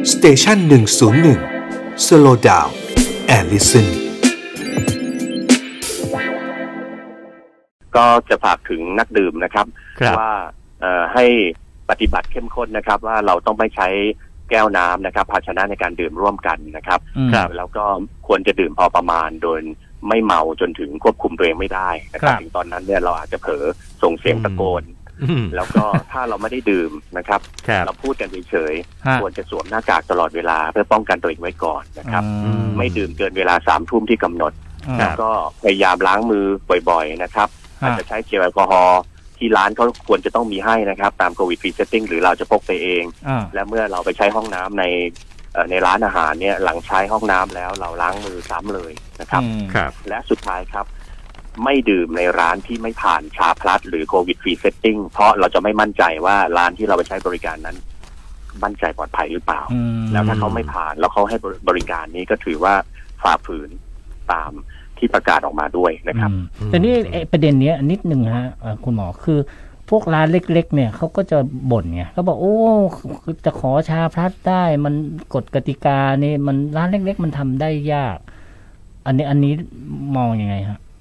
สเตชัน101 Slow Down and Listen ก็จะฝากถึงนักดื่มนะครับว่าให้ปฏิบัติเข้มข้นนะครับว่าเราต้องไม่ใช้แก้วน้ำนะครับภาชนะในการดื่มร่วมกันนะครับแล้วก็ควรจะดื่มพอประมาณโดยไม่เมาจนถึงควบคุมตัวเองไม่ได้นะครับถึงตอนนั้นเนี่ยเราอาจจะเผลอส่งเสียงตะโกนแล้วก็ถ้าเราไม่ได้ดื่มนะครับเราพูดกันเฉยๆควรจะสวมหน้ากากตลอดเวลาเพื่อป้องกันตัวเองไว้ก่อนนะครับไม่ดื่มเกินเวลา3 ทุ่มที่กำหนดแล้วก็พยายามล้างมือบ่อยๆนะครับอาจจะใช้เจลแอลกอฮอล์ที่ร้านเขาควรจะต้องมีให้นะครับตามโควิดฟรีเซตติ้งหรือเราจะพกไปเองและเมื่อเราไปใช้ห้องน้ำในร้านอาหารเนี่ยหลังใช้ห้องน้ำแล้วเราล้างมือซ้ำเลยนะครับและสุดท้ายครับไม่ดื่มในร้านที่ไม่ผ่านชาพลัสหรือโควิดฟรีเซตติ้งเพราะเราจะไม่มั่นใจว่าร้านที่เราไปใช้บริการนั้นมั่นใจปลอดภัยหรือเปล่าแล้วถ้าเขาไม่ผ่านแล้วเขาให้บริการนี้ก็ถือว่าฝ่าฝืนตามที่ประกาศออกมาด้วยนะครับแต่นี่ประเด็นนี้นิดนึงฮะคุณหมอคือพวกร้านเล็กๆเนี่ยเขาก็จะบ่นไงเขาบอกโอ้จะขอชาพลัสได้มันกฎกติกานี่มันร้านเล็กๆมันทำได้ยากอันนี้มองยังไงฮะ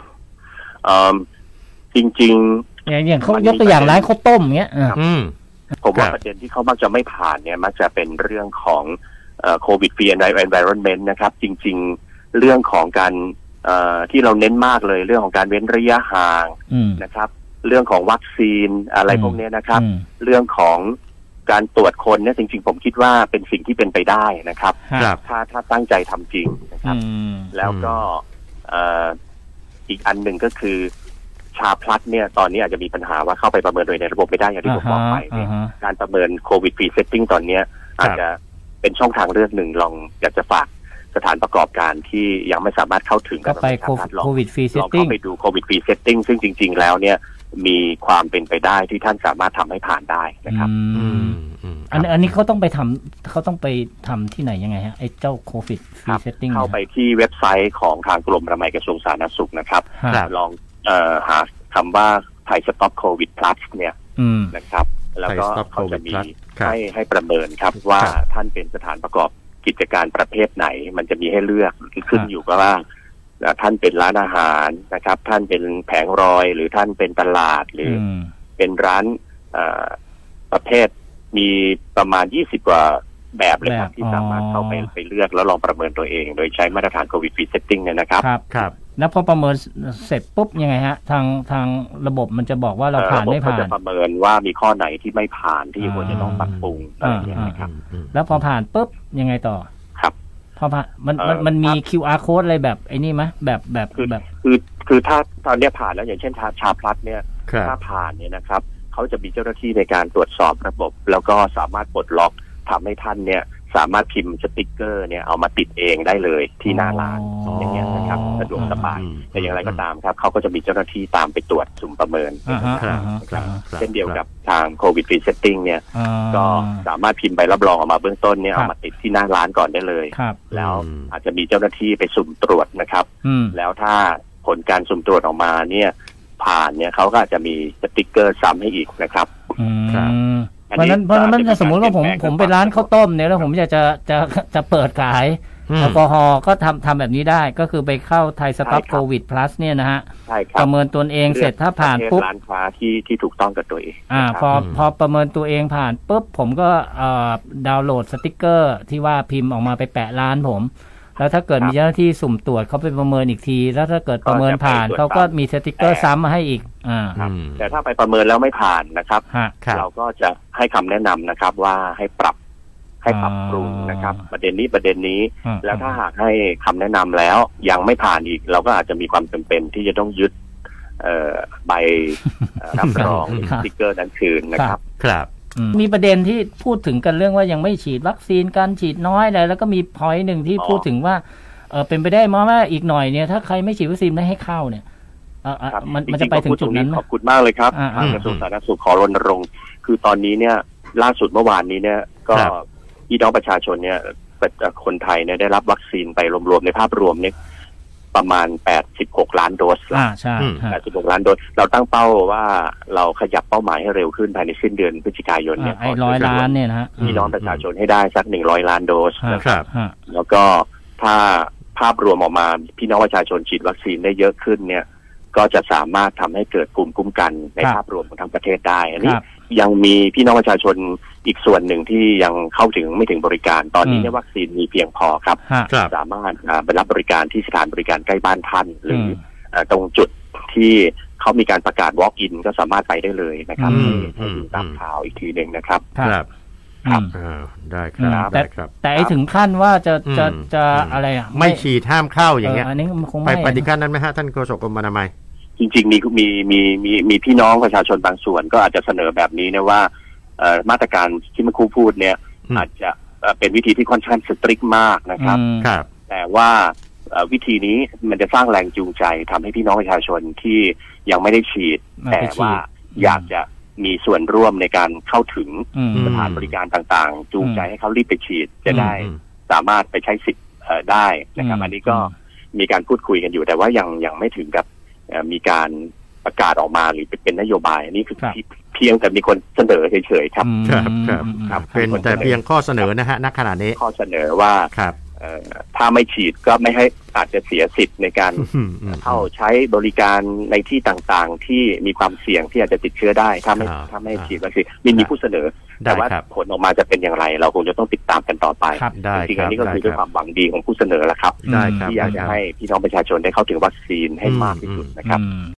จริงๆอย่างเขายกตัวอย่างร้านข้าวต้มเงี้ยผมว่าประเด็นที่เขามักจะไม่ผ่านเนี่ยมักจะเป็นเรื่องของโควิดฟรีแอนด์ไวรอนเมนต์นะครับจริงๆเรื่องของการที่เราเน้นมากเลยเรื่องของการเว้นระยะห่างนะครับเรื่องของวัคซีนอะไรพวกนี้นะครับเรื่องของการตรวจคนเนี่ยจริงๆผมคิดว่าเป็นสิ่งที่เป็นไปได้นะครับถ้าตั้งใจทำจริงนะครับแล้วก็อีกอันหนึ่งก็คือชาพลัสเนี่ยตอนนี้อาจจะมีปัญหาว่าเข้าไปประเมินโดยในระบบไม่ได้อย่างที่ผมบอกไปเนี่ยการประเมินโควิดฟรีเซตติ้งตอนนี้อาจจะเป็นช่องทางเลือกหนึ่งลองอยากจะฝากสถานประกอบการที่ยังไม่สามารถเข้าถึงก็ไปโควิดฟรีเซตติ้งลองเข้าไปดูโควิดฟรีเซตติ้งซึ่งจริงๆแล้วเนี่ยมีความเป็นไปได้ที่ท่านสามารถทำให้ผ่านได้นะครับอันนี้เขาต้องไปทำที่ไหนยังไงฮะไอ้เจ้าโควิดฟรีเซตติ้งเข้าไปที่เว็บไซต์ของทางกรมอนามัยกระทรวงสาธารณสุขนะครับลองหาคำว่าไทยสต็อปโควิดพลัสเนี่ยนะครับแล้วก็เขาจะมีให้ประเมินครับว่าท่านเป็นสถานประกอบกิจการประเภทไหนมันจะมีให้เลือกขึ้นอยู่กับว่าท่านเป็นร้านอาหารนะครับท่านเป็นแผงรอยหรือท่านเป็นตลาดหรือเป็นร้านประเภทมีประมาณ20 กว่าแบบเลยครับที่สามารถเข้าไปเลือกแล้วลองประเมินตัวเองโดยใช้มาตรฐานโควิดฟรีเซตติ้งเนี่ยนะครับครับแล้วพอประเมินเสร็จปุ๊บยังไงฮะทางระบบมันจะบอกว่าเราผ่านไม่ผ่านจะประเมินว่ามีข้อไหนที่ไม่ผ่านที่ควรจะต้องปรับปรุงอะไรอย่างเงี้ยครับแล้วพอผ่านปุ๊บยังไงต่อครับพอผ่านมันมี QR code อะไรแบบไอ้นี่มั้ยแบบคือถ้าตอนนี้ผ่านแล้วอย่างเช่นชาพลัสเนี่ยถ้าผ่านเนี่ยนะครับเขาจะมีเจ้าหน้าที่ในการตรวจสอบระบบแล้วก็สามารถปลดล็อกทำให้ท่านเนี่ยสามารถพิมพ์สติ๊กเกอร์เนี่ยเอามาติดเองได้เลยที่หน้าร้านอย่างเงี้ยนะครับสะดวกสบายแต่อย่างไรก็ตามครับเขาก็จะมีเจ้าหน้าที่ตามไปตรวจสุ่มประเมินเช่นเดียวกับทางโควิดฟรีเซตติ้งเนี่ยก็สามารถพิมพ์ใบรับรองออกมาเบื้องต้นเนี่ยเอามาติดที่หน้าร้านก่อนได้เลยแล้วอาจจะมีเจ้าหน้าที่ไปสุ่มตรวจนะครับแล้วถ้าผลการสุ่มตรวจออกมาเนี่ยผ่านเนี่ยเขาก็อาจจะมีสติ๊กเกอร์ซ้ำให้อีกนะครับเพราะนั้นสมมติว่าผมไปร้านข้าวต้มเนี่ยแล้วผมอยากจะเปิดขายแอลกอฮอล์ก็ทำแบบนี้ได้ก็คือไปเข้าไทยสต็อปโควิดพลัสเนี่ยนะฮะประเมินตัวเองเสร็จถ้าผ่านปุ๊บร้านค้าที่ถูกต้องกับตัวเองพอประเมินตัวเองผ่านปุ๊บผมก็ดาวน์โหลดสติ๊กเกอร์ที่ว่าพิมพ์ออกมาไปแปะร้านผมแล้วถ้าเกิดมีเจ้าหน้าที่สุ่มตรวจเขาไปประเมินอีกทีแล้วถ้าเกิดประเมินผ่านเขาก็มีสติ๊กเกอร์ซ้ำมาให้อีกแต่ถ้าไปประเมินแล้วไม่ผ่านนะครับเราก็จะให้คำแนะนำนะครับว่าให้ปรับปรุงนะครับประเด็นนี้แล้วถ้าหากให้คำแนะนำแล้วยังไม่ผ่านอีกเราก็อาจจะมีความจำเป็นที่จะต้องยึดใบรับรองสติ๊กเกอร์นั้นคืนนะครับมีประเด็นที่พูดถึงกันเรื่องว่ายังไม่ฉีดวัคซีนการฉีดน้อยอะไรแล้วก็มีพอยต์หนึ่งที่พูดถึงว่าเป็นไปได้มั้ยว่าอีกหน่อยเนี่ยถ้าใครไม่ฉีดวัคซีนไม่ให้เข้าเนี่ยมันจะไปถึงจุดนั้นมั้ยขอบคุณมากเลยครับทางกระทรวงสาธารณสุขขอรณรงค์คือตอนนี้เนี่ยล่าสุดเมื่อวานนี้เนี่ยก็พี่น้องประชาชนเนี่ยคนไทยเนี่ยได้รับวัคซีนไปรวมๆในภาพรวมเนี่ยประมาณ86ล้านโดสแล้วใช่ 86ล้านโดสเราตั้งเป้าว่าเราขยับเป้าหมายให้เร็วขึ้นภายในสิ้นเดือนพฤศจิกายนเนี่ย 100 ล้านเนี่ยนะฮะพี่น้องประชาชนให้ได้สัก100ล้านโดสนะครับแล้วก็ถ้าภาพรวมออกมาพี่น้องประชาชนฉีดวัคซีนได้เยอะขึ้นเนี่ยก็จะสามารถทำให้เกิดภูมิคุ้มกันในภาพรวมของทั้งประเทศได้อันนี้ยังมีพี่น้องประชาชนอีกส่วนหนึ่งที่ยังเข้าถึงไม่ถึงบริการตอนนี้เนี่ยวัคซีนมีเพียงพอครับสามารถไปรับบริการที่สถานบริการใกล้บ้านท่านหรือตรงจุดที่เขามีการประกาศ walk in ก็สามารถไปได้เลยนะครับให้ดูตามข่าวอีกทีหนึ่งนะครับครับได้ครับแต่ถึงขั้นว่าจะอะไรไม่ฉีดห้ามเข้าอย่างเงี้ยอันนี้คงไปปฏิการนั้นไหมฮะท่านโฆษกกรมอนามัยจริงๆมีพี่น้องประชาชนบางส่วนก็อาจจะเสนอแบบนี้นะว่ามาตรการที่เมื่อครู่พูดเนี่ยอาจจะเป็นวิธีที่ค่อนข้างสตริกมากนะครับแต่ว่าวิธีนี้มันจะสร้างแรงจูงใจทำให้พี่น้องประชาชนที่ยังไม่ได้ฉีดแต่ว่าอยากจะมีส่วนร่วมในการเข้าถึงสถานบริการต่างๆจูงใจให้เขารีบไปฉีดจะได้สามารถไปใช้สิทธิ์ได้นะครับอันนี้ก็มีการพูดคุยกันอยู่แต่ว่ายังไม่ถึงกับมีการประกาศออกมาหรือเป็นนโยบายนี่คือเพียงแต่มีคนเสนอเฉยๆครับเป็นแต่เพียงข้อเสนอนะฮะณขณะนี้ข้อเสนอว่าถ้าไม่ฉีดก็ไม่ให้อาจจะเสียสิทธิ์ในการเข้าใช้บริการในที่ต่างๆที่มีความเสี่ยงที่อาจจะติดเชื้อได้ถ้าไม่ฉีดวัคซีนมีผู้เสนอแต่ว่าผลออกมาจะเป็นอย่างไรเราคงจะต้องติดตามกันต่อไปจริงๆอันนี้ก็คือด้วยความหวังดีของผู้เสนอแหละครับที่อยากจะให้พี่น้องประชาชนได้เข้าถึงวัคซีนให้มากที่สุดนะครับ